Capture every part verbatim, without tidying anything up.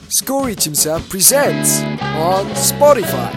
Skory Cimsa presents on Spotify.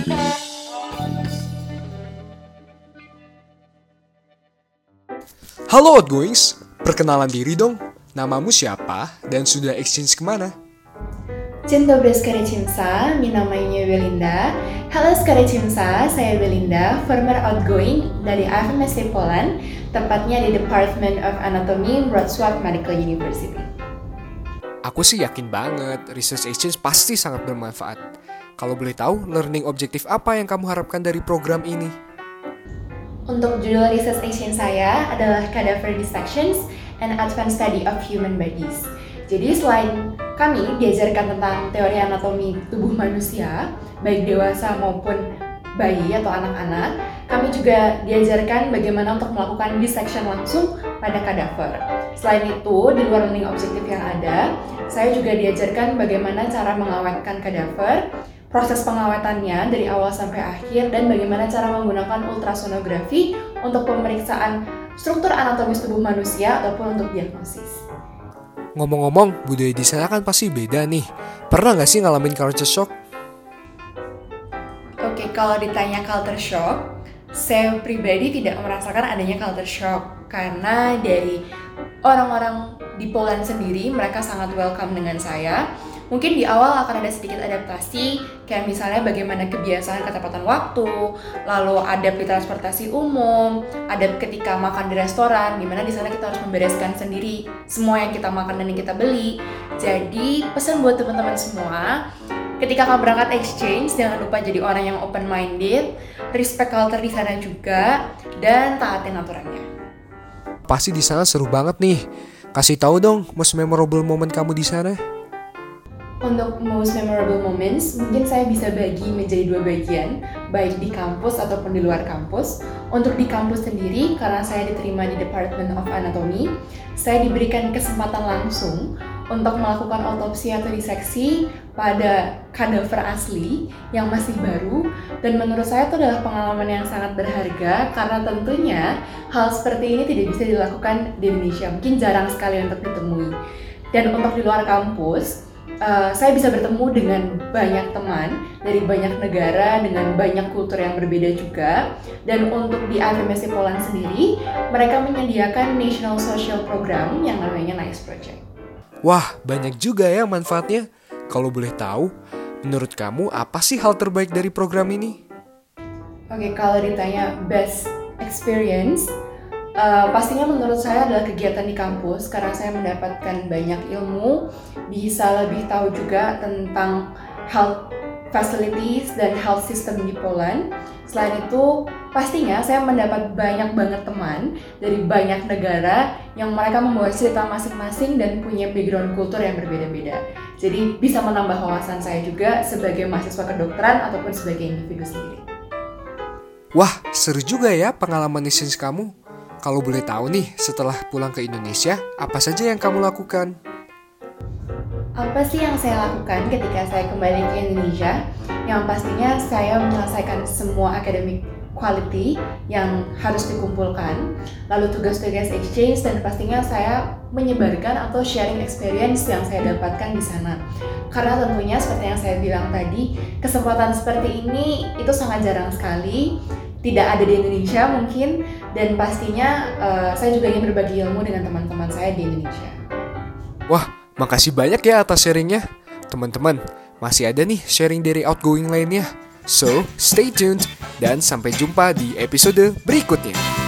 Halo Outgoings, perkenalan diri dong. Namamu siapa dan sudah exchange kemana? Dzień dobry, Skory Cimsa, mi namanya Belinda. Halo Skory Cimsa, saya Belinda, former outgoing dari F M S T Poland, tepatnya di Department of Anatomy, Wrocław Medical University. Aku sih yakin banget, research exchange pasti sangat bermanfaat. Kalau boleh tahu, learning objektif apa yang kamu harapkan dari program ini? Untuk judul research exchange saya adalah Cadaver Dissections and Advanced Study of Human Bodies. Jadi selain kami diajarkan tentang teori anatomi tubuh manusia, baik dewasa maupun bayi atau anak-anak, kami juga diajarkan bagaimana untuk melakukan dissection langsung pada kadaver. Selain itu, di luar learning objektif yang ada, saya juga diajarkan bagaimana cara mengawetkan kadaver, proses pengawetannya dari awal sampai akhir, dan bagaimana cara menggunakan ultrasonografi untuk pemeriksaan struktur anatomis tubuh manusia ataupun untuk diagnosis. Ngomong-ngomong, budaya di sana kan pasti beda nih. Pernah nggak sih ngalamin culture shock? Oke, kalau ditanya culture shock, saya pribadi tidak merasakan adanya culture shock karena dari orang-orang di Poland sendiri mereka sangat welcome dengan saya. Mungkin di awal akan ada sedikit adaptasi, kayak misalnya bagaimana kebiasaan ketepatan waktu, lalu adab di transportasi umum, adab ketika makan di restoran, dimana di sana kita harus membereskan sendiri semua yang kita makan dan yang kita beli. Jadi pesan buat teman-teman semua, ketika kamu berangkat exchange, jangan lupa jadi orang yang open-minded, respect culture di sana juga, dan taatin aturannya. Pasti di sana seru banget nih. Kasih tahu dong, most memorable moment kamu di sana. Untuk most memorable moments, mungkin saya bisa bagi menjadi dua bagian, baik di kampus ataupun di luar kampus. Untuk di kampus sendiri, karena saya diterima di Department of Anatomy, saya diberikan kesempatan langsung untuk melakukan autopsi atau diseksi pada kadaver asli yang masih baru, dan menurut saya itu adalah pengalaman yang sangat berharga karena tentunya hal seperti ini tidak bisa dilakukan di Indonesia, mungkin jarang sekali untuk ditemui. Dan untuk di luar kampus, Uh, saya bisa bertemu dengan banyak teman dari banyak negara dengan banyak kultur yang berbeda juga. Dan untuk di F M S T Poland sendiri, mereka menyediakan National Social Program yang namanya NICE Project. Wah, banyak juga ya manfaatnya. Kalau boleh tahu, menurut kamu apa sih hal terbaik dari program ini? Oke, kalau ditanya best experience, Uh, pastinya menurut saya adalah kegiatan di kampus karena saya mendapatkan banyak ilmu, bisa lebih tahu juga tentang health facilities dan health system di Poland. Selain itu, pastinya saya mendapat banyak banget teman dari banyak negara yang mereka membawa cerita masing-masing dan punya background kultur yang berbeda-beda. Jadi bisa menambah wawasan saya juga sebagai mahasiswa kedokteran ataupun sebagai individu sendiri. Wah, seru juga ya pengalaman exchange kamu. Kalau boleh tahu nih, setelah pulang ke Indonesia, apa saja yang kamu lakukan? Apa sih yang saya lakukan ketika saya kembali ke Indonesia? Yang pastinya saya menyelesaikan semua academic quality yang harus dikumpulkan, lalu tugas-tugas exchange, dan pastinya saya menyebarkan atau sharing experience yang saya dapatkan di sana. Karena tentunya seperti yang saya bilang tadi, kesempatan seperti ini itu sangat jarang sekali, tidak ada di Indonesia mungkin, dan pastinya uh, saya juga ingin berbagi ilmu dengan teman-teman saya di Indonesia. Wah, makasih banyak ya atas sharingnya. Teman-teman, masih ada nih sharing dari outgoing lainnya. So, stay tuned dan sampai jumpa di episode berikutnya.